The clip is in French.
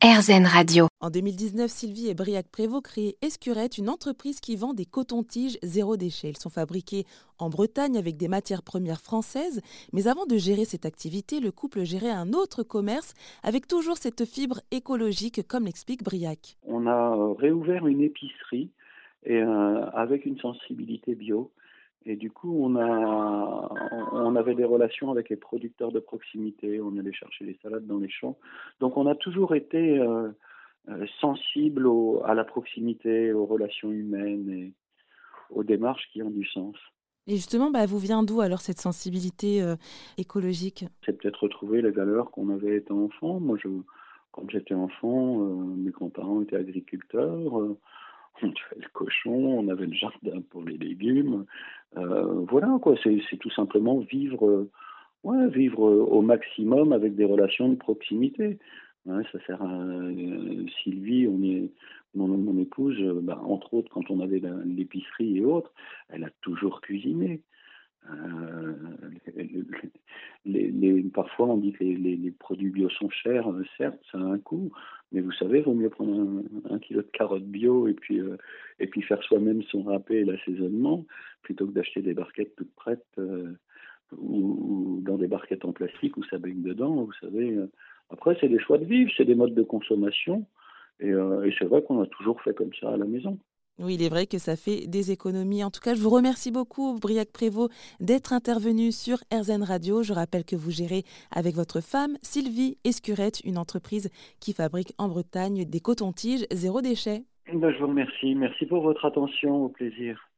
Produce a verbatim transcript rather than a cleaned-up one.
RZN Radio. En deux mille dix-neuf, Sylvie et Briac-Prévost créent Escurette, une entreprise qui vend des cotons-tiges zéro déchet. Ils sont fabriqués en Bretagne avec des matières premières françaises. Mais avant de gérer cette activité, le couple gérait un autre commerce avec toujours cette fibre écologique, comme l'explique Briac. On a réouvert une épicerie et, euh, avec une sensibilité bio. Et du coup, on, a, on avait des relations avec les producteurs de proximité. On allait chercher les salades dans les champs. Donc, on a toujours été euh, sensible au, à la proximité, aux relations humaines et aux démarches qui ont du sens. Et justement, bah, vous vient d'où alors cette sensibilité euh, écologique ? C'est peut-être retrouver les valeurs qu'on avait étant enfant. Moi, je, quand j'étais enfant, euh, mes grands-parents étaient agriculteurs. Euh, on tuait le cochon, on avait le jardin pour les légumes. Euh, voilà, quoi. C'est, c'est tout simplement vivre, euh, ouais, vivre au maximum avec des relations de proximité. Ouais, ça sert à euh, Sylvie, on est, mon, mon épouse, euh, bah, entre autres, quand on avait la, l'épicerie et autres, elle a toujours cuisiné. Euh, les, les, les, parfois, on dit que les, les, les produits bio sont chers, euh, certes, ça a un coût, mais vous savez, il vaut mieux prendre un, un kilo de carottes bio et puis, euh, et puis faire soi-même son râpé et l'assaisonnement, plutôt que d'acheter des barquettes toutes prêtes euh, ou, ou dans des barquettes en plastique où ça baigne dedans, vous savez. Euh. Après, c'est des choix de vivre, c'est des modes de consommation, et, euh, et c'est vrai qu'on a toujours fait comme ça à la maison. Oui, il est vrai que ça fait des économies. En tout cas, je vous remercie beaucoup, Briac-Prévost, d'être intervenu sur RZN Radio. Je rappelle que vous gérez avec votre femme, Sylvie Escurette, une entreprise qui fabrique en Bretagne des cotons-tiges zéro déchet. Ben, je vous remercie. Merci pour votre attention. Au plaisir.